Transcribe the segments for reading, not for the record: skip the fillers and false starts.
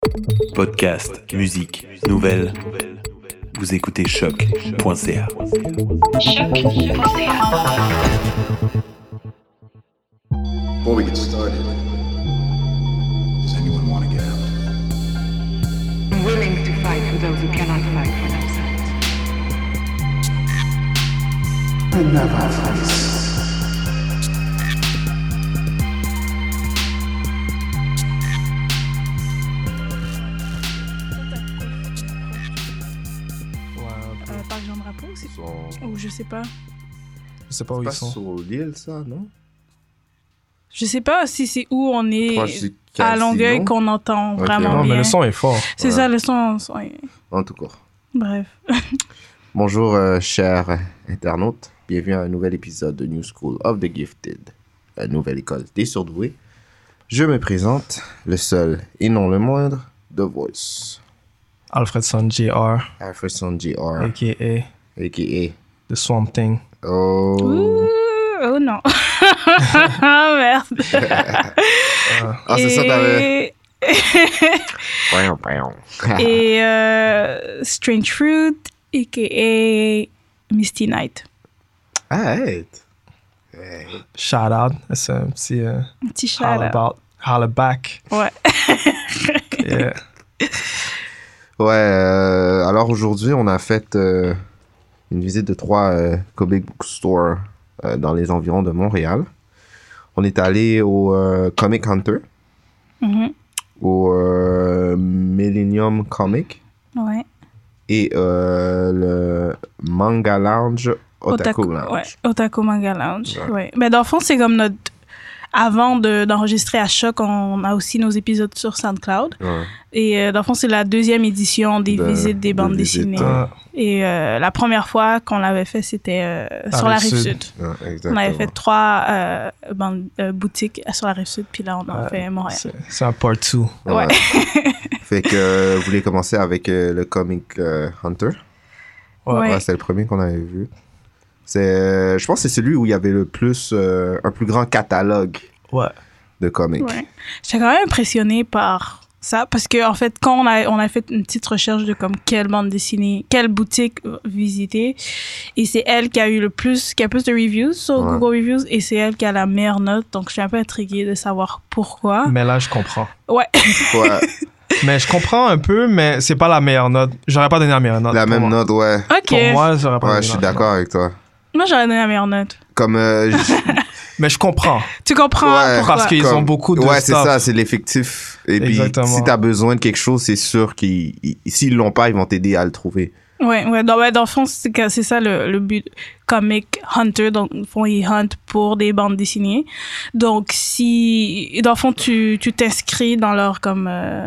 Podcast, musique, nouvelles. Vous écoutez choc.ca. Before we get started, does anyone want to get out? I'm willing to fight for those who cannot fight for themselves. Parc Jean-Drapeau aussi. Ou je sais pas. Je sais pas où ils Pas sont. sur l'île, ça, non? Je sais pas si c'est où on est Proche du à casino. Longueuil qu'on entend Ok. vraiment Non, bien. mais le son est fort. C'est Ouais. ça, le son. Ouais. En tout cas. Bref. Bonjour, chers internautes. Bienvenue à un nouvel épisode de New School of the Gifted, la nouvelle école des surdoués. Je me présente, le seul et non le moindre, The Voice. Alfredson Jr., Alfredson Jr., a.k.a. a.k.a. The Swamp Thing. Oh... Ouh, oh non. Ah merde. Ah, c'est ça, t'avais... Et Strange Fruit, a.k.a. Misty Knight. Arrête. Shout out. C'est un petit Un petit chat holla là. about, holla back. Ouais. Yeah. Ouais, alors aujourd'hui, on a fait une visite de 3 comic book stores dans les environs de Montréal. On est allé au Comic Hunter, Mhm. au Millennium Comic Ouais. et le Manga Lounge, Otaku Lounge. Ouais, Otaku Manga Lounge. Ouais. Ouais. Mais dans le fond, c'est comme notre. Avant d'enregistrer à Choc, on a aussi nos épisodes sur SoundCloud. Ouais. Et dans le fond, c'est la 2e édition des De- visites des bandes de visites, dessinées. ouais. Et la première fois qu'on l'avait fait, c'était sur la Rive-Sud. Ouais, On exactement. avait fait 3 boutiques sur la Rive-Sud, puis là, on a fait Montréal. C'est un part 2. Ouais. Fait que vous voulez commencer avec le Comic Hunter. Ouais. Ouais, c'est le premier qu'on avait vu. Je pense que c'est celui où il y avait le plus, un plus grand catalogue Ouais. de comics. Ouais. J'étais quand même impressionnée par ça, parce que en fait, quand on a fait une petite recherche de comme quelle bande dessinée, quelle boutique visiter, et c'est elle qui a eu plus de reviews sur Ouais. Google Reviews, et c'est elle qui a la meilleure note, donc je suis un peu intriguée de savoir pourquoi. Mais là, je comprends. Ouais. Ouais, Mais je comprends un peu, mais c'est pas la meilleure note. J'aurais pas donné la meilleure note. la pour même moi. note, ouais. Ok. Pour moi, j'aurais pas Ouais, donné je suis la- d'accord avec toi. Moi, j'aurais donné la meilleure note. Comme, Mais je comprends. Tu comprends Ouais. pourquoi? Parce qu'ils comme- ont beaucoup de ouais, c'est stuff. ça, c'est l'effectif. Et puis, Exactement. si t'as besoin de quelque chose, c'est sûr s'ils l'ont pas, ils vont t'aider à le trouver. Ouais, dans le fond, c'est ça le but. Comic Hunter, donc, au fond, ils huntent pour des bandes dessinées. Donc, dans le fond, tu t'inscris dans leur, comme,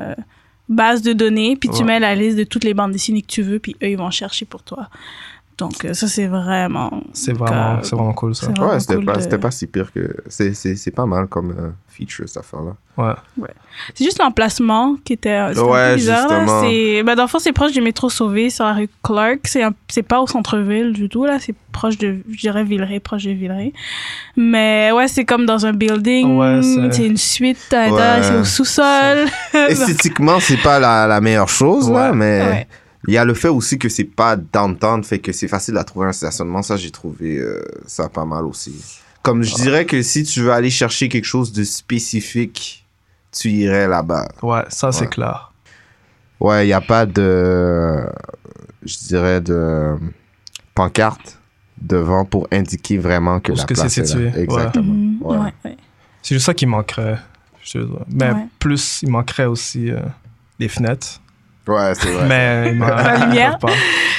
base de données, puis tu Ouais. mets la liste de toutes les bandes dessinées que tu veux, puis eux, ils vont chercher pour toi. Donc, ça, c'est vraiment... C'est vraiment cool, ça. c'est vraiment Ouais, c'était cool pas, de- c'était pas si pire que. C'est pas mal comme feature, cette affaire-là. Ouais. C'est juste l'emplacement qui était un Ouais, peu bizarre. Là. justement. Dans le fond, c'est proche du métro Sauvé, sur la rue Clark. C'est pas au centre-ville du tout, là. C'est proche de, je dirais, Villeray, proche de Villeray. Mais ouais, c'est comme dans un building. Ouais, c'est une suite à l'intérieur, Ouais. c'est au sous-sol. Esthétiquement, c'est pas la meilleure chose, là, Ouais. mais. Ouais. Il y a le fait aussi que c'est pas downtown, fait que c'est facile à trouver un stationnement. Ça, j'ai trouvé ça pas mal aussi. Comme je dirais que si tu veux aller chercher quelque chose de spécifique, tu irais là-bas. Ouais, ça, c'est Ouais. clair. Ouais, il n'y a pas de, je dirais, de pancarte devant pour indiquer vraiment que Où la est-ce que place c'est est là. situé. Exactement. Mhm. Ouais. Ouais. C'est juste ça qui manquerait. Mais Ouais. plus, il manquerait aussi des fenêtres. Ouais, c'est vrai. Mais il La lumière. pas.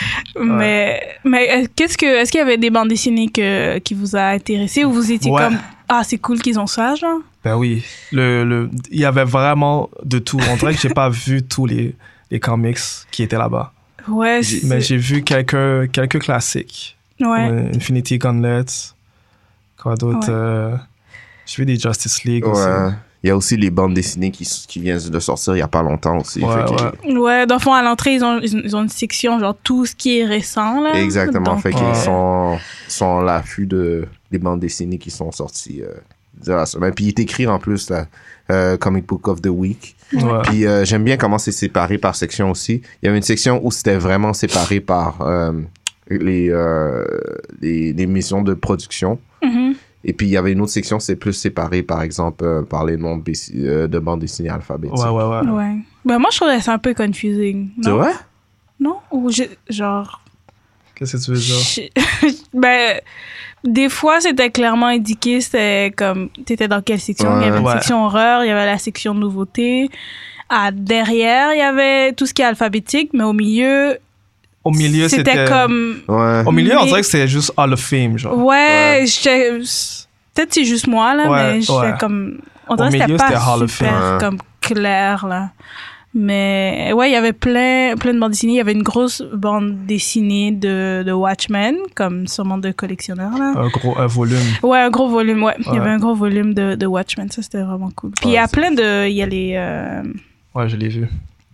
Mais est-ce qu'il y avait des bandes dessinées qui vous a intéressé ou vous étiez Ouais. comme, ah, c'est cool qu'ils ont ça, genre? Ben oui. Il y avait vraiment de tout. On dirait que j'ai pas vu tous les comics qui étaient là-bas. Ouais, Mais j'ai vu quelques classiques. ouais. Infinity Gauntlet. Quoi d'autre? Ouais. J'ai vu des Justice League aussi. Ouais. Il y a aussi les bandes dessinées qui viennent de sortir il y a pas longtemps aussi. Ouais, Fait que- ouais. Ouais, dans le fond, à l'entrée, ils ont une section, genre, tout ce qui est récent, là. Exactement. Donc, Fait qu'ils Ouais. sont à l'affût des bandes dessinées qui sont sorties de la semaine. Puis il est écrit en plus, là, Comic Book of the Week. Ouais. Puis j'aime bien comment c'est séparé par section aussi. Il y avait une section où c'était vraiment séparé par les missions de production. Mhm. Et puis il y avait une autre section, c'est plus séparé, par exemple, par les noms de bande dessinée alphabétique. Ouais. Ouais. Ben, moi, je trouvais ça un peu confusing. C'est non? vrai? Non? Ou genre... Qu'est-ce que tu veux dire? Ben, des fois, c'était clairement indiqué, c'était comme, t'étais dans quelle section. Ouais. Il y avait une Ouais. section horreur, il y avait la section nouveauté. Derrière, il y avait tout ce qui est alphabétique, mais au milieu, c'était comme... Ouais. Au milieu, on Mais- dirait que c'était juste Hall of Fame, genre. Ouais, peut-être c'est juste moi, là, Ouais, mais j'étais ouais. comme... On Au dirait que c'était milieu, pas c'était Hall of super Fame. comme clair, là. Mais ouais, il y avait plein de bandes dessinées. Il y avait une grosse bande dessinée de Watchmen, comme sûrement de collectionneurs, là. Un volume. Ouais, un gros volume, ouais. Il y Ouais. avait un gros volume de Watchmen, ça c'était vraiment cool. Puis il y a plein de... Il y a Ouais, je l'ai vu.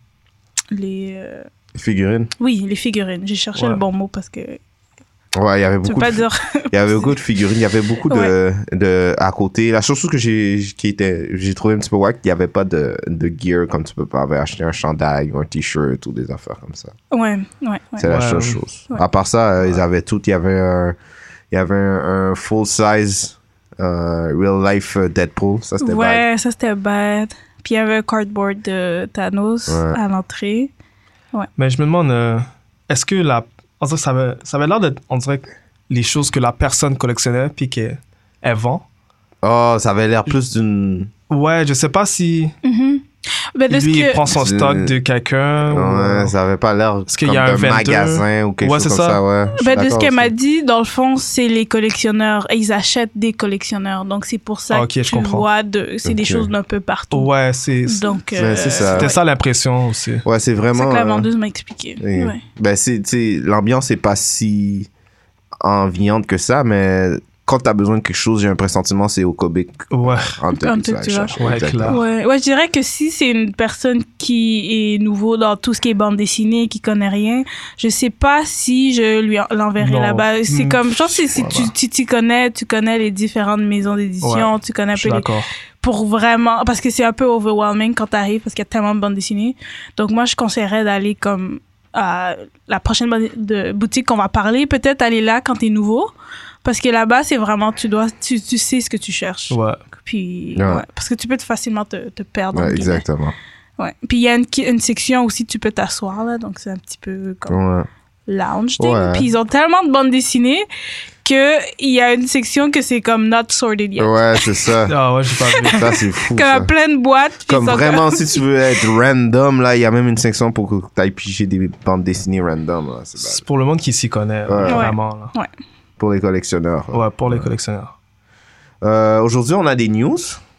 les Figurines. oui, les figurines. J'ai cherché Ouais. le bon mot parce que Ouais, il y avait tu peux beaucoup pas de dire... Il y avait beaucoup de figurines, il y avait beaucoup de à côté. La chose que j'ai trouvé un petit peu wack, il y avait pas de gear comme tu peux pas avoir acheté un chandail ou un t-shirt ou des affaires comme ça. Ouais. C'est la Ouais, seule ouais. chose. Ouais. À part ça, ils avaient tout. Il y avait un full size real life Deadpool. Ça c'était bad. Ouais, ça c'était bad. Puis il y avait un cardboard de Thanos Ouais. à l'entrée. Mais je me demande, est-ce que on dirait que ça avait l'air d'être, on dirait, les choses que la personne collectionnait puis qu'elle vend. Oh, ça avait l'air plus d'une. Ouais, je sais pas si Ben, de ce lui, il que... prend son stock de quelqu'un. Ouais, ça avait pas l'air Est-ce qu'il comme y a un d'un vendeur? magasin ou quelque Ouais, chose c'est comme ça. ça. Ouais. Je suis Ben, de ce d'accord qu'elle m'a aussi. dit, dans le fond, c'est les collectionneurs. Ils achètent des collectionneurs. Donc, c'est pour ça Ah, ok, que je tu comprends. vois, c'est des Ok. choses d'un peu partout. Ouais, c'est Donc, Ouais, c'est ça. c'était ça l'impression aussi. Ouais, c'est c'est ça vraiment. que la vendeuse m'a expliqué. Et- Ouais. Ben, l'ambiance est pas si enviante que ça, mais quand t'as besoin de quelque chose, j'ai un pressentiment, c'est au Comic Ouais. Hunter Hunter que tu vas que tu vas. chercher. Ouais, Exactement. clair. Ouais, je dirais que si c'est une personne qui est nouveau dans tout ce qui est bande dessinée, qui connaît rien, je sais pas si je lui l'enverrai Non. là-bas. C'est comme, je pense que si Voilà. tu t'y connais, tu connais les différentes maisons d'édition, tu connais un Je suis peu les, d'accord. pour vraiment, parce que c'est un peu overwhelming quand t'arrives parce qu'il y a tellement de bandes dessinées. Donc moi, je conseillerais d'aller comme à la prochaine boutique qu'on va parler, peut-être aller là quand t'es nouveau. Parce que là-bas, c'est vraiment, tu sais ce que tu cherches. Ouais. Puis, Ouais. ouais, parce que tu peux facilement te perdre. Ouais, entre guillemets. exactement. Ouais. Puis il y a une section aussi, tu peux t'asseoir, là. Donc c'est un petit peu comme Ouais. lounge thing. Ouais. Puis ils ont tellement de bandes dessinées qu'il y a une section que c'est comme not sorted yet. Ouais, c'est ça. Ah ouais, j'ai pas vu. Ça, c'est fou. Comme ça. plein de boîtes. puis Comme ils sont vraiment, si tu veux être random, là, il y a même une section pour que tu ailles piger des bandes dessinées random. Là. C'est C'est bad. pour le monde qui s'y connaît, Ouais. vraiment. Là. Pour les collectionneurs. là. Ouais, pour les collectionneurs. Aujourd'hui, on a des news.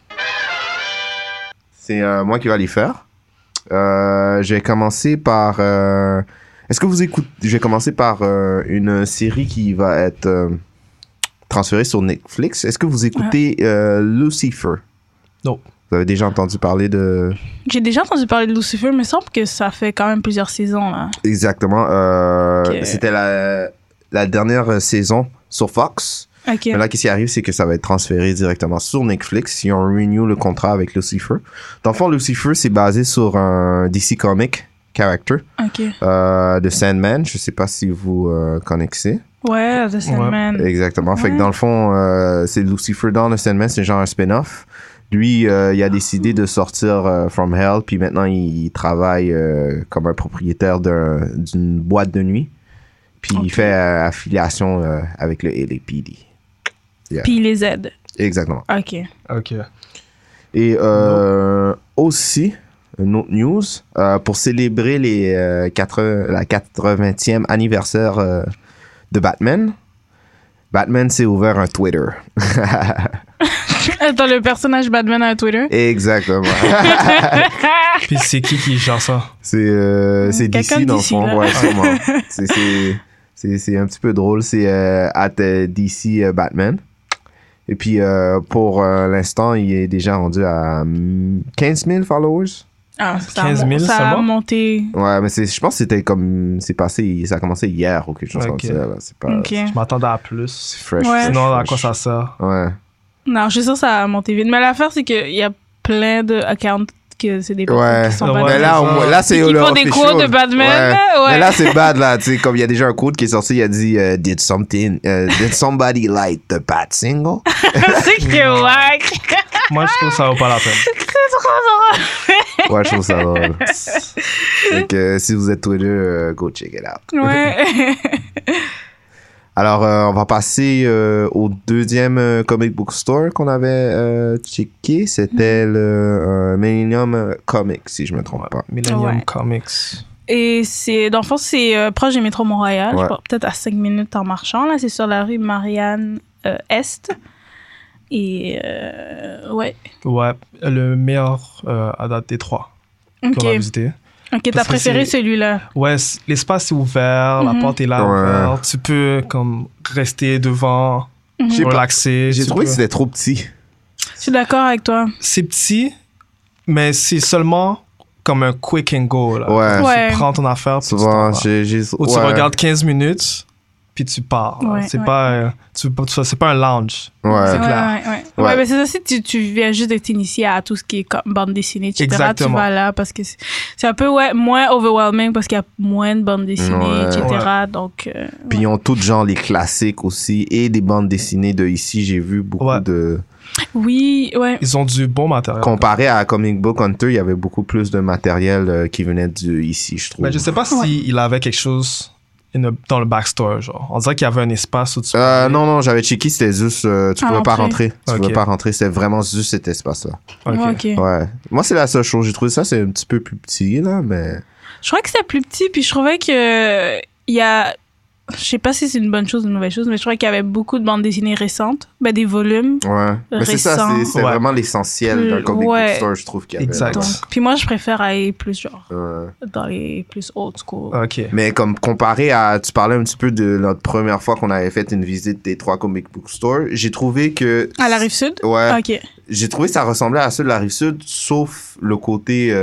C'est moi qui vais les faire. Je vais commencer par. Est-ce que vous écoutez. Je vais commencer par une série qui va être transférée sur Netflix. Est-ce que vous écoutez Lucifer? Non. Vous avez déjà entendu parler de. J'ai déjà entendu parler de Lucifer, mais il me semble que ça fait quand même plusieurs saisons, là. Exactement. Ok. C'était la dernière saison sur Fox. OK. Mais là, qu'est-ce qui arrive, c'est que ça va être transféré directement sur Netflix. Ils ont renew le contrat avec Lucifer. Dans le fond, Lucifer, c'est basé sur un DC Comic character OK. de Sandman. Je sais pas si vous connaissez. Ouais, The Sandman. Exactement. Fait que Ouais. dans le fond, c'est Lucifer dans le Sandman, c'est genre un spin-off. Lui, il a décidé de sortir from Hell, puis maintenant, il travaille comme un propriétaire d'une boîte de nuit. Puis il fait affiliation avec le LAPD. Yeah. Puis il les aide. Exactement. OK. OK. Et aussi, une autre news, pour célébrer la 80e anniversaire de Batman, Batman s'est ouvert un Twitter. Attends, le personnage Batman a un Twitter? Exactement. Puis c'est qui gère ça? C'est Quelqu'un DC dans le d'ici, fond, là. ouais, sûrement. C'est un petit peu drôle. C'est @DC Batman. Et puis pour l'instant, il est déjà rendu à 15 000 followers. Ah, 15 000 ça a seulement? monté. Ouais, mais je pense que c'était comme. Ça a commencé hier ou quelque chose Ok. comme ça. Là. C'est pas. OK. Je m'attendais à plus. C'est fresh. Ouais. fresh, Sinon, à fresh. quoi ça sert? Ouais. Non, je suis sûre que ça a monté vite. Mais l'affaire, c'est qu'il y a plein de accounts que c'est des personnes qui sont Ouais. Batman. Mais là, c'est Qui le font des official. quotes de Batman. Ouais. Mais là, c'est bad, là. Tu sais, comme il y a déjà un quote qui est sorti, il a dit did somebody like the Bat single? C'est que wack. Moi, je trouve que ça vaut pas la peine. C'est trop drôle. Ouais, je trouve ça drôle. Donc, si vous êtes Twitter, go check it out. Ouais. Alors, on va passer au deuxième comic book store qu'on avait checké. C'était le Millennium Comics, si je me trompe pas. Millennium Ouais. Comics. Et c'est, dans le fond, c'est proche du métro Montréal. Ouais. Je sais pas, peut-être à 5 minutes en marchant. Là, c'est sur la rue Marianne Est. Et ouais. Ouais, le meilleur à date des trois Ok. qu'on a visité. Ok, t'as Parce que préféré c'est- celui-là. Ouais, l'espace est ouvert, la porte est là Ouais. ouverte. Tu peux comme rester devant, J'ai pas- relaxer. J'ai tu trouvé peux- que c'était trop petit. Je suis d'accord avec toi. C'est petit, mais c'est seulement comme un quick and go. Là. Ouais. Ouais. Tu prends ton affaire, puis tu Souvent, t'en vas. Ou tu ouais. regardes 15 minutes, puis tu pars. là. Ouais, c'est ouais. pas, c'est pas un lounge. Ouais. C'est clair. Ouais. Ouais. Ouais, mais c'est ça, si tu viens juste d'être initié à tout ce qui est comme bande dessinée, etc., Exactement. tu vas là parce que c'est un peu moins overwhelming parce qu'il y a moins de bandes dessinées, Ouais. etc. Ouais. Donc, Puis ils ont toutes genre les classiques aussi et des bandes dessinées de ici. J'ai vu beaucoup Ouais. de... oui, ouais. Ils ont du bon matériel. Comparé à Comic Book Hunter, il y avait beaucoup plus de matériel qui venait du ici, je trouve. Mais je sais pas s'il avait quelque chose dans le backstore. Genre. On dirait qu'il y avait un espace où tu Non, j'avais checké, c'était juste... tu À pouvais pas l'entrée. rentrer. Tu Ok. pouvais pas rentrer, c'était vraiment juste cet espace-là. Ok. Ok. Ouais. Moi, c'est la seule chose. J'ai trouvé ça, c'est un petit peu plus petit, là, mais... Je crois que c'était plus petit, puis je trouvais que il y a... Je sais pas si c'est une bonne chose ou une mauvaise chose, mais je trouvais qu'il y avait beaucoup de bandes dessinées récentes, ben des volumes. Ouais. Mais c'est ça, Récent. c'est Ouais. vraiment l'essentiel d'un comic book Ouais. store, je trouve qu'il y avait. Exact. Donc, puis moi, je préfère aller plus genre Ouais. dans les plus old school. Ok. Mais comme comparé à... Tu parlais un petit peu de notre première fois qu'on avait fait une visite des 3 comic book stores. J'ai trouvé que... À la Rive-Sud? Ouais. Ok. J'ai trouvé que ça ressemblait à ceux de la Rive-Sud, sauf le côté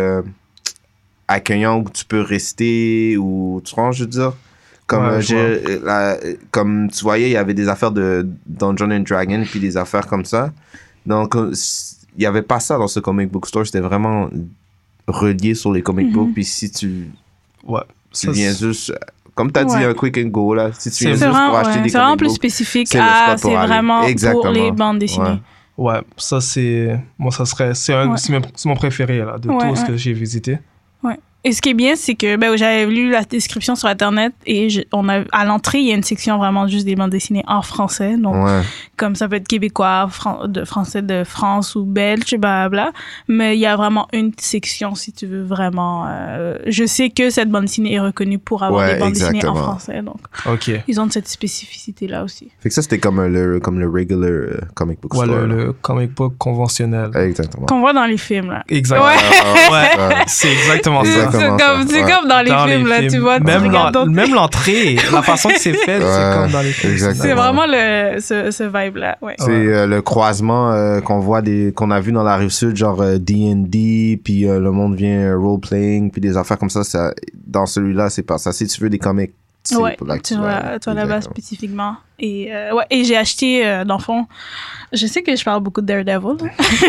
accueillant où tu peux rester, ou tu vois, je veux dire. Comme, Ouais, je comme tu voyais, il y avait des affaires de Dungeons and Dragons, puis des affaires comme ça. Donc, il n'y avait pas ça dans ce comic book store. C'était vraiment relié sur les comic books. Puis si tu Ouais. tu viens juste... Comme tu as dit, Ouais. un quick and go, là. Si tu viens C'est juste vraiment, pour acheter ouais, des c'est vraiment comic plus books, spécifique c'est le à... spot pour C'est aller. vraiment Exactement. pour les bandes dessinées. Ouais. Ouais, ça c'est. Moi, ça serait. C'est Ouais. mon préféré là, de Ouais, tout ce ouais. que j'ai visité. Et ce qui est bien, c'est que ben, j'avais lu la description sur Internet et à l'entrée, il y a une section vraiment juste des bandes dessinées en français. Donc, Ouais. comme ça peut être québécois, français de France ou belge, blablabla. Mais il y a vraiment une section si tu veux vraiment... je sais que cette bande dessinée est reconnue pour avoir Ouais, des bandes dessinées en exactement. français. Donc, Ok. ils ont cette spécificité-là aussi. Fait que ça, c'était comme le regular comic book Ouais, store. là. le comic book conventionnel. Exactement. Qu'on voit dans les films, là. Exact. Ouais. Ouais, c'est exactement ça. Exactement. C'est ça, comme dans les Dans films, là, tu vois. tu Même regardes d'autres- même l'entrée, la façon que c'est fait, Ouais, c'est comme dans les films. exactement. C'est vraiment ce vibe-là, ouais. C'est le croisement qu'on voit qu'on a vu dans la Rive-Sud, genre D&D, puis le monde vient role-playing, puis des affaires comme ça. Dans celui-là, c'est pas ça. Si tu veux des comics, c'est Ouais, pour là que tu vas vois, aller. toi là-bas Exactement. spécifiquement. Et, et j'ai acheté, dans le fond, je sais que je parle beaucoup de Daredevil.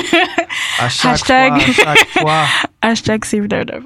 À chaque Hashtag. fois, à chaque fois. Hashtag Save Daredevil.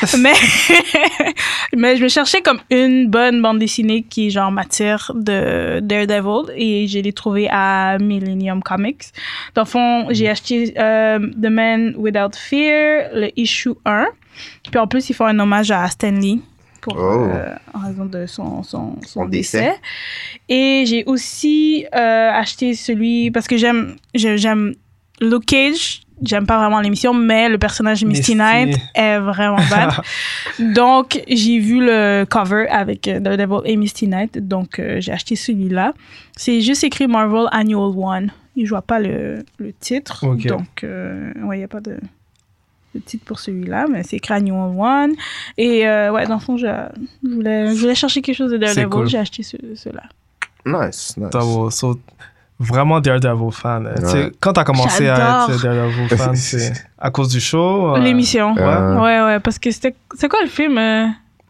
mais je me cherchais comme une bonne bande dessinée qui, genre, m'attire de Daredevil et je l'ai trouvée à Millennium Comics. Dans le fond, j'ai acheté The Man Without Fear, le issue 1. Puis en plus, ils font un hommage à Stan Lee. En raison de son décès. Et j'ai aussi acheté celui parce que j'aime Luke Cage. J'aime pas vraiment l'émission, mais le personnage de Misty Knight est vraiment bad. Donc, j'ai vu le cover avec Daredevil et Misty Knight. Donc, j'ai acheté celui-là. C'est juste écrit Marvel Annual 1. Je vois pas le titre. Okay. Donc, ouais, il n'y a pas de titre pour celui-là, mais c'est écrit Annual 1. Et ouais, dans le fond, je voulais chercher quelque chose de Daredevil. Cool. J'ai acheté ceux-là. Nice. So, vraiment Daredevil fan. Tu sais, quand t'as commencé à être Daredevil fan, c'est à cause du show? L'émission. Ouais. Ouais, parce que c'est quoi le film?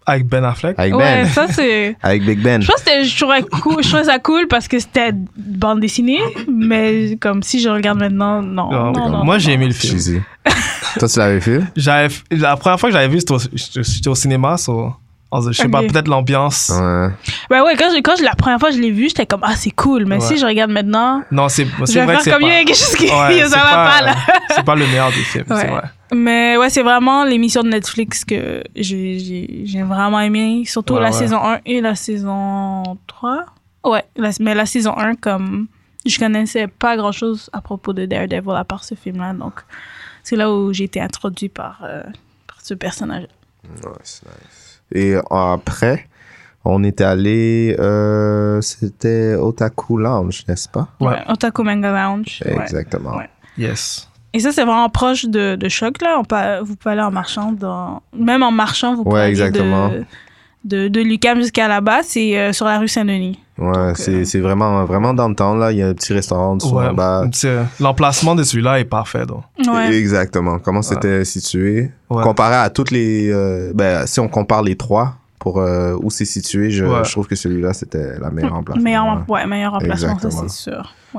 Avec Ben Affleck. Avec Ouais, Ben. ça c'est. Avec Big Ben. Je pense que je trouvais ça cool parce que c'était bande dessinée, mais comme si je regarde maintenant, non. Non, non, moi, non, j'ai non. aimé le film. Cheesy. Toi, tu l'avais vu? La première fois que j'avais vu, j'étais au cinéma, je sais pas, Ok. peut-être l'ambiance. Ouais. Ben ouais, la première fois que je l'ai vu, j'étais comme, ah, c'est cool, mais Ouais. si je regarde maintenant, Non, c'est je vrai vais que faire c'est comme il y pas... a quelque chose qui Ouais, ça va pas là. C'est pas le meilleur des films, c'est Ouais. vrai. Mais ouais, c'est vraiment l'émission de Netflix que j'ai vraiment aimé, surtout Ouais, la ouais. saison 1 et la saison 3. Ouais, mais la saison 1, comme je connaissais pas grand-chose à propos de Daredevil à part ce film-là, donc c'est là où j'ai été introduit par ce personnage. Nice, nice. Et après, on est allé... c'était Otaku Lounge, n'est-ce pas? Ouais. Otaku Manga Lounge. Ouais. Exactement. Ouais. Yes. Et ça, c'est vraiment proche de Choc, là. Vous pouvez aller en marchant. Même en marchant, vous pouvez Ouais, aller exactement. de l'UQAM jusqu'à là-bas. C'est sur la rue Saint-Denis. Ouais, Donc, c'est vraiment, vraiment dans le temps, là. Il y a un petit restaurant en dessous, Ouais. en bas. L'emplacement de celui-là est parfait, donc. Ouais. Exactement. Comment c'était situé? Ouais. Comparé à toutes les... si on compare les trois, pour où c'est situé, je trouve que celui-là, c'était la meilleure emplacement. Meilleur emplacement, ça, Exactement. c'est sûr. Ouais.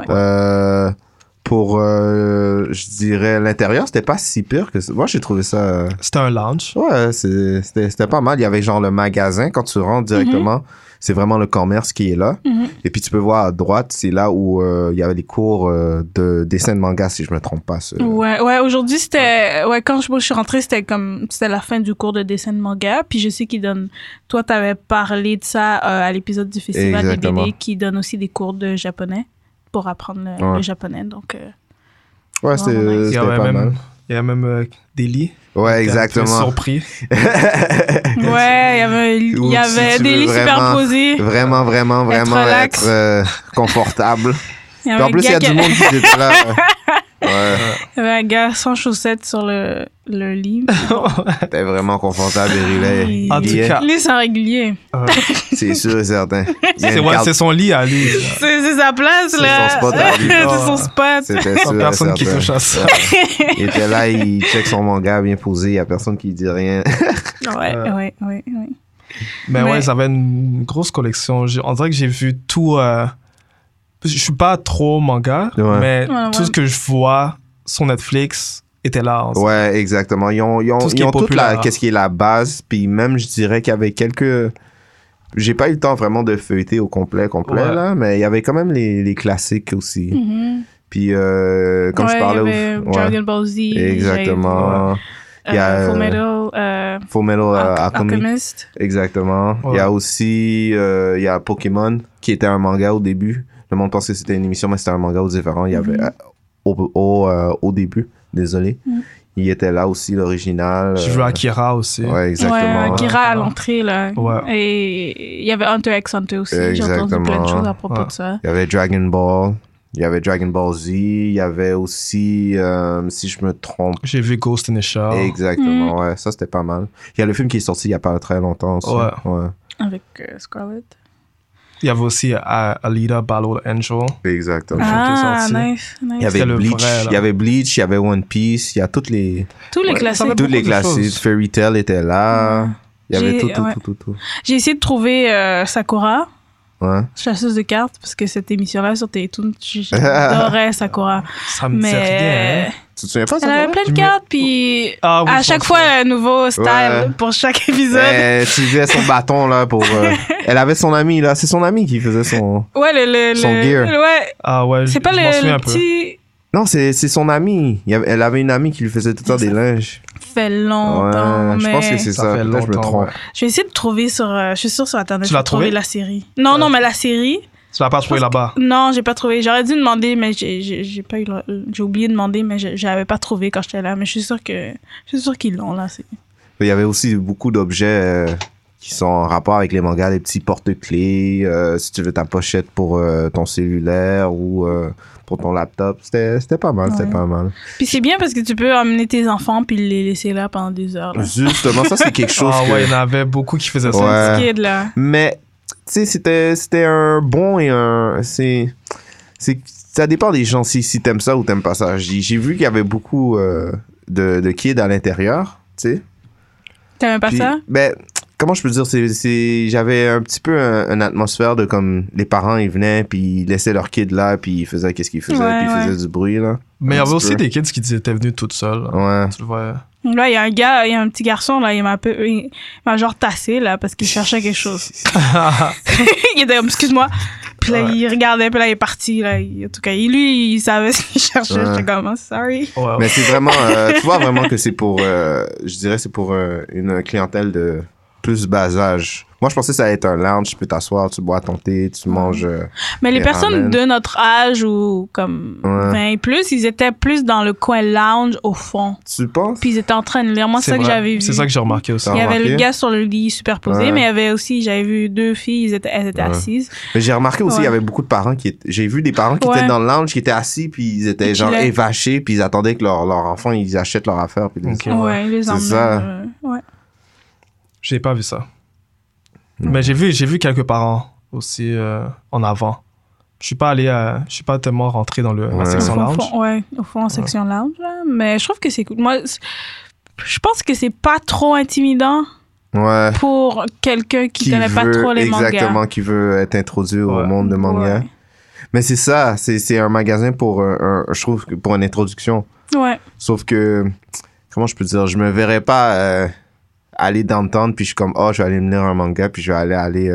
Je dirais, l'intérieur, c'était pas si pire que ça. Moi, j'ai trouvé ça... C'était un lounge. Ouais, c'était pas mal. Il y avait genre le magasin, quand tu rentres directement, c'est vraiment le commerce qui est là. Mhm. Et puis tu peux voir à droite, c'est là où il y avait les cours de dessin de manga, si je me trompe pas. Ouais, aujourd'hui, c'était... Ouais, quand je suis rentrée, c'était la fin du cours de dessin de manga. Puis je sais qu'ils donnent... Toi, t'avais parlé de ça à l'épisode du festival des Exactement. BD, qui donne aussi des cours de japonais pour apprendre le japonais. Donc... Ouais, c'était Vraiment nice. Il y pas avait mal. même des lits. Ouais, J'étais un peu exactement. surpris. Ouais, il Ou y si avait tu des veux lits vraiment- superposés. Vraiment relax. être confortable. Il y Puis en avait plus, il y a un gars du monde qui était là. Ouais, il y avait un gars sans chaussettes sur le lit. t'es vraiment confortable et En tout relax. cas. Lui, c'est un régulier. C'est sûr et certain. Il y a C'est une ouais, carte- c'est son lit à lui. C'est sa place, C'est là. son spot à lui. C'est son spot. C'était Pas sûr et personne qui certain. touche à ça. Ouais. Il était là, il check son manga bien posé, il y a personne qui dit rien. Ouais. Mais Mais- ouais, ils avaient une grosse collection. On dirait que j'ai vu tout. Je suis pas trop manga, Ouais. mais Ouais, tout ouais. ce que je vois sur Netflix était là. Ouais, exactement. Ils ont Tout ce qui est toute populaire. qu'est-ce qui est la base, puis même, je dirais qu'il y avait quelques... J'ai pas eu le temps vraiment de feuilleter au complet, Ouais. là, mais il y avait quand même les classiques aussi. Mhm. Puis, comme je parlais... Il y avait ouais. Dragon Ball Z. Exactement. Il y a Full Metal Alchemy. Alchemist. Exactement. Ouais. Il y a aussi il y a Pokémon, qui était un manga au début. Le monde pensait que c'était une émission, mais c'était un manga différent. Il y avait au début, désolé. Mhm. Il était là aussi, l'original. J'ai vu Akira aussi. Ouais, exactement. Ouais, Akira à l'entrée, là. Ouais. Et il y avait Hunter x Hunter aussi. J'ai entendu plein de Exactement. choses à propos Ouais. de ça. Il y avait Dragon Ball. Il y avait Dragon Ball Z. Il y avait aussi, si je me trompe, J'ai vu Ghost in the Shell. exactement, ouais, ça c'était pas mal. Il y a le film qui est sorti il y a pas très longtemps aussi. Ouais. Avec Scarlett. Il y avait aussi Alita Battle Angel. Exactement. film qui est Ah, sorti. nice. Il y avait C'était le Bleach, vrai, là. il y avait Bleach, il y avait One Piece, il y a toutes les Tous les Ouais, classiques. ça va toutes les beaucoup de classiques. choses. Fairy Tail était là. Il y avait J'ai- tout, ouais. tout. J'ai essayé de trouver Sakura, Ouais. chasseuse de cartes, parce que cette émission-là sur Télétoon, j'adorais Sakura. Ça me dit rien. Mais Hein? Tu te souviens pas, ça? elle avait toi? plein de Je me- cartes, puis Ah, oui, à je chaque pense fois, que- un nouveau style Ouais. pour chaque épisode. Tu faisais son bâton là pour. Elle avait son ami là. C'est son ami qui faisait son. Ouais, Son gear. Ouais, Ah ouais, c'est pas je m'en souviens le un peu. petit... Non, c'est son ami. Elle avait une amie qui lui faisait tout le temps des linges. fait longtemps, Ouais, je mais... pense que c'est Ça ça. fait Peut-être je me longtemps, trompe. ouais. Je vais essayer de trouver sur... je suis sûre sur Internet, Tu je vais l'as trouvé? trouver la série. Non, non, mais la série... Tu l'as pas trouvé là-bas. Non, j'ai pas trouvé. J'aurais dû demander, mais j'ai pas eu j'ai oublié de demander, mais j'avais pas trouvé quand j'étais là. Mais je suis sûre qu'ils l'ont là. Il y avait aussi beaucoup d'objets qui sont en rapport avec les mangas, les petits porte-clés, si tu veux ta pochette pour ton cellulaire ou pour ton laptop. C'était pas mal, c'était Ouais. pas mal. Puis c'est bien parce que tu peux emmener tes enfants puis les laisser là pendant des heures. Là. Justement, ça c'est quelque chose Ah que... ouais, il y en avait beaucoup qui faisaient ça. Ouais. Petit kid, là. Mais, tu sais, c'était un bon et un... Ça dépend des gens, si t'aimes ça ou t'aimes pas ça. J'ai vu qu'il y avait beaucoup de kids à l'intérieur, tu sais. T'aimes pas Puis, ça? ben, comment je peux dire, j'avais un petit peu une atmosphère de comme les parents ils venaient puis ils laissaient leur kid là puis ils faisaient qu'est-ce qu'ils faisaient puis ils faisaient du bruit là. Mais il y avait aussi peu. des kids qui étaient venus toutes seules. Ouais. Tu le vois. Là, il y a un petit garçon, là, il m'a genre tassé, là, parce qu'il cherchait quelque chose. Il était comme, excuse-moi. Puis là, il regardait, puis là, il est parti, là. En tout cas, lui, il savait ce qu'il cherchait. J'étais comme, oh, sorry. Ouais, ouais. Mais c'est vraiment, tu vois vraiment que c'est pour, je dirais, c'est pour une clientèle de plus bas âge. Moi, je pensais que ça allait être un lounge, tu peux t'asseoir, tu bois ton thé, tu manges. Mais les des personnes ramen. de notre âge ou comme 20 et plus, ils étaient plus dans le coin lounge au fond. Tu penses? Puis ils étaient en train de lire. Moi, c'est ça que vrai. j'avais vu. C'est ça que j'ai remarqué aussi. Il y avait remarqué? le gars sur le lit superposé, Ouais. mais il y avait aussi, j'avais vu 2 filles, elles étaient assises. Mais j'ai remarqué aussi, il y Ouais. avait beaucoup de parents j'ai vu des parents qui Ouais. étaient dans le lounge, qui étaient assis, puis ils étaient Et genre qui évachés, puis ils attendaient que leur enfant, ils achètent leur affaire. Puis Ok. Ouais, ils les C'est emmenaient. ça. Ouais. J'ai pas vu ça. Mais j'ai vu quelques parents aussi en avant. Je suis pas tellement rentré dans la Ouais. section lounge. Au fond, en section lounge, là. Mais je trouve que c'est cool. Moi, je pense que c'est pas trop intimidant Ouais. pour quelqu'un qui connaît pas trop les mangas. Exactement, qui veut être introduit au Ouais. monde de manga. Ouais. Mais c'est ça, c'est un magasin pour, je trouve, que pour une introduction. Ouais. Sauf que, comment je peux dire, je me verrais pas aller downtown, puis je suis comme, oh, je vais aller me lire un manga, puis je vais aller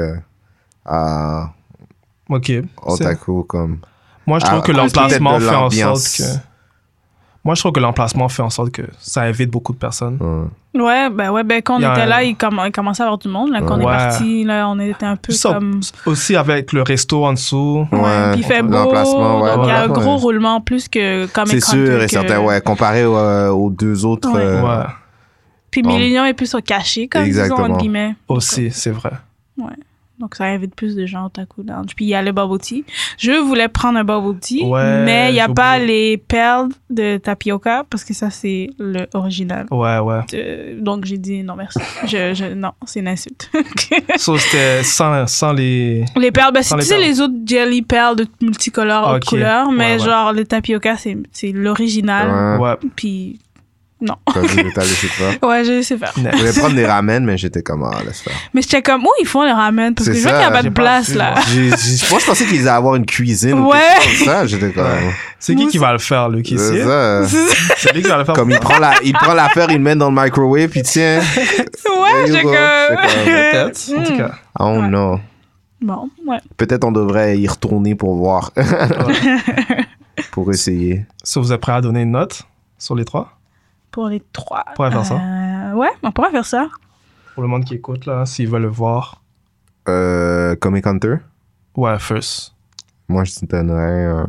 à Ok. C'est- Otaku, comme... Moi, je trouve Ah, que l'emplacement peut-être de fait en l'ambiance. sorte que. Moi, je trouve que l'emplacement fait en sorte que ça évite beaucoup de personnes. Ouais. Ouais, quand on Il y a était un- là, il commençait à avoir du monde. Là, quand on est Ouais. parti, là, on était un peu Ça, comme... aussi avec le resto en dessous. Ouais, Puis il fait beau, l'emplacement, ouais, donc il y a un ouais. gros roulement plus que comme C'est sûr et certain, ouais, comparé aux deux autres... Ouais. Ouais. Puis Millennium est plus au cachet, comme disons, Exactement. entre guillemets. Aussi, c'est vrai. Ouais. Donc ça invite plus de gens au Otaku Lounge. Puis il y a le bubble tea. Je voulais prendre un bubble tea, Ouais, mais il n'y a j'ai pas oublié. les perles de tapioca parce que ça, c'est l'original. Ouais, ouais. Donc j'ai dit non, merci. Non, c'est une insulte. So, c'était sans les. Les perles, ben, Sans c'est les les autres jelly perles de multicolores, Ok. haute couleur, mais Ouais, ouais. genre le tapioca, c'est l'original. Ouais. Ouais. Puis non. T'as laissé faire. Ouais, j'ai laissé faire. Je voulais prendre des ramen, mais j'étais comme, ah, laisse faire. Mais j'étais comme, où ils font les ramen? Parce que C'est je vois ça, qu'il n'y a pas j'ai de pas place vu, là. moi. Moi, je pensais qu'ils allaient avoir une cuisine ou Ouais. quelque chose comme ça. J'étais comme... C'est qui va le faire, le caissier? C'est ça. C'est lui qui va le faire. Comme il prend l'affaire, il le met dans le microwave, puis tiens. Ouais, j'ai Peut-être, en tout cas. Oh Ouais. non. Bon, ouais. Peut-être on devrait y retourner pour voir. Pour essayer. So, vous êtes prêt à donner une note sur les 3? Pour les 3. On pourrait faire ça. Ouais, on pourrait faire ça. Pour le monde qui écoute, là, s'ils veulent le voir. Comic Hunter. Ouais, first. Moi, je te donnerais un...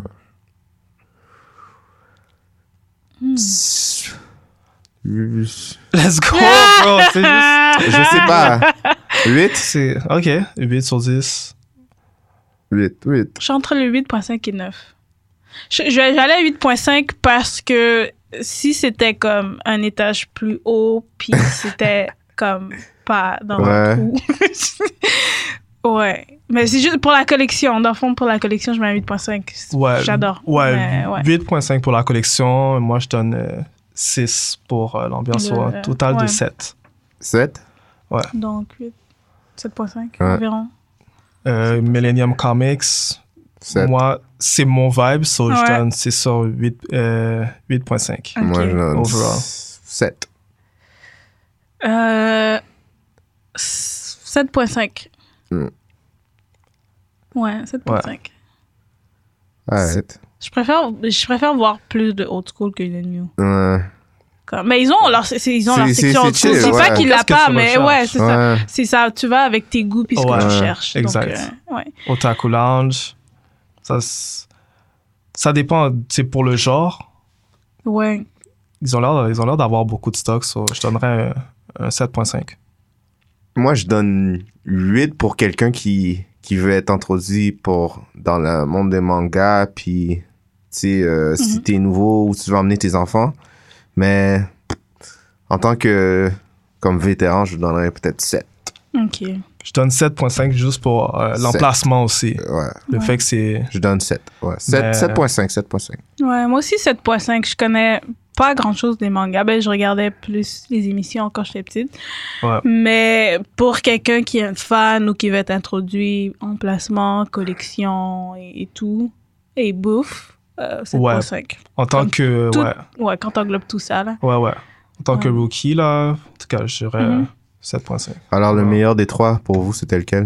Let's go, bro! C'est juste. Je sais pas. 8? C'est. Ok, 8 sur 10. 8. Je suis entre le 8.5 et 9. J'allais à 8.5 parce que si c'était comme un étage plus haut, puis c'était comme pas dans Ouais. le trou. Ouais. Mais c'est juste pour la collection. Dans le fond, pour la collection, je mets un 8.5. Ouais. J'adore. Ouais, Mais, ouais. 8.5 pour la collection. Moi, je donne 6 pour l'ambiance. Le- Sur un total de ouais. 7. 7? Donc 7.5 Ouais. environ. Millennium Comics. 7. Moi, c'est mon vibe, so je Ouais. donne 6 sur 8.5. Ok. Moi, je donne Overall. 7. 7.5. Mm. Ouais, 7.5. Arrête. Je préfère voir plus de old school que de new. Ouais. Mais ils ont leur section old school. chill, C'est pas ouais. qu'il l'a Qu'est-ce que pas, tu mais recherches? ouais, c'est ça. Ouais. C'est ça. Tu vas avec tes goûts puis ce Ouais. que tu cherches. Exact. Donc, ouais. Otaku Lounge. Ça dépend, c'est pour le genre. Ouais. Ils ont l'air d'avoir beaucoup de stocks, so je donnerais un 7.5. Moi, je donne 8 pour quelqu'un qui veut être introduit dans le monde des mangas, puis, tu sais, si t'es nouveau ou tu veux emmener tes enfants. Mais, en tant que, comme vétéran, je donnerais peut-être 7. OK. Je donne 7.5 juste pour l'emplacement aussi. Ouais. Le fait que c'est... Je donne 7. Ouais. 7.5. Ouais, moi aussi 7.5. Je connais pas grand-chose des mangas. Ben, je regardais plus les émissions quand j'étais petite. Ouais. Mais pour quelqu'un qui est un fan ou qui veut être introduit en placement, collection et tout, et bouffe, 7.5. En tant Comme que... tout- Ouais. Ouais, quand t'englobes tout ça, là. Ouais. En tant que Ouais. rookie, là, en tout cas, je dirais Mhm. 7.5. Alors, le Ouais. meilleur des trois, pour vous, c'était lequel?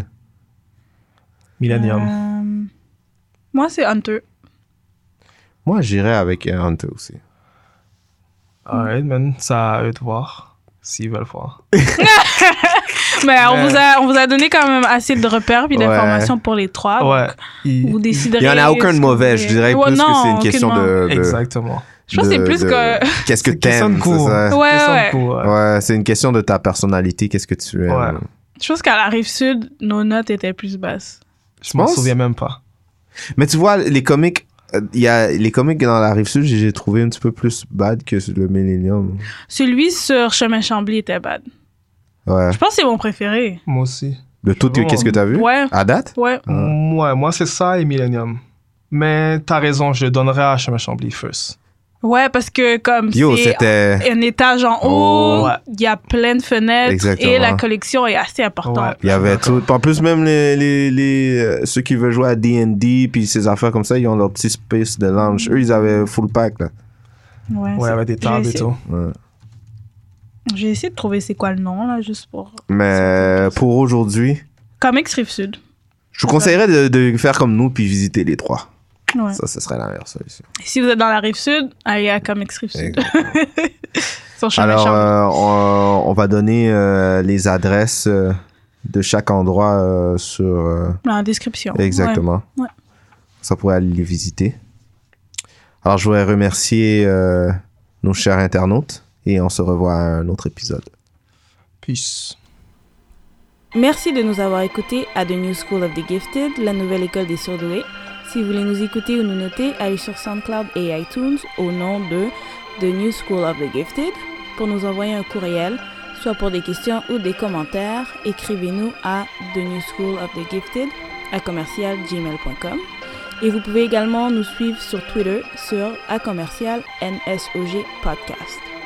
Millennium. Moi, c'est Hunter. Moi, j'irais avec Hunter aussi. Alright, man. Ça à eux de voir. S'ils veulent voir. Mais on vous a donné quand même assez de repères puis Ouais. d'informations pour les trois. Ouais. Donc, vous déciderez. Il n'y en a aucun ce de que mauvais. vous Je voulez. dirais Ouais, plus que non, c'est une question aucunement. de... Exactement. Je pense que c'est plus que. Qu'est-ce que C'est une question de t'aimes, goût. c'est ça? Ouais, Question de ouais. goût, ouais. Ouais, c'est une question de ta personnalité, qu'est-ce que tu aimes. Ouais. Je pense qu'à la rive sud, nos notes étaient plus basses. Je m'en penses? souviens même pas. Mais tu vois, les comics, il y a les comics dans la rive sud, j'ai trouvé un petit peu plus bad que le Millennium. Celui sur Chemin Chambly était bad. Ouais. Je pense que c'est mon préféré. Moi aussi. De tout, Bon. qu'est-ce que t'as vu? Ouais. À date? Ouais. Ouais, moi, c'est ça et Millennium. Mais t'as raison, je donnerais à Chemin Chambly first. Ouais, parce que comme Yo, c'est c'était... un étage en haut, Ouais. il y a plein de fenêtres Exactement. et la collection est assez importante. Ouais. Il y avait tout. En plus, même ceux qui veulent jouer à D&D puis ces affaires comme ça, ils ont leur petit space de lounge. Eux, ils avaient full pack, là. Ouais, Ouais, avec des tables et tout. Ouais. J'ai essayé de trouver c'est quoi le nom, là, juste pour... Mais pour aujourd'hui, Comics Rive Sud. je vous conseillerais de faire comme nous puis visiter les trois. Ouais. Ça, ce serait la meilleure solution. Si vous êtes dans la Rive Sud, allez à Comics Rive Sud. Sur Chemin Alors, Chambly. on va donner les adresses de chaque endroit sur... Dans la description. exactement. Ouais. Ça pourrait aller les visiter. Alors, je voudrais remercier nos chers internautes et on se revoit à un autre épisode. Peace. Merci de nous avoir écoutés à The New School of the Gifted, la nouvelle école des surdoués. Si vous voulez nous écouter ou nous noter, allez sur SoundCloud et iTunes au nom de The New School of the Gifted. Pour nous envoyer un courriel, soit pour des questions ou des commentaires, écrivez-nous à thenewschoolofthegifted@gmail.com. Et vous pouvez également nous suivre sur Twitter sur @NSOG Podcast.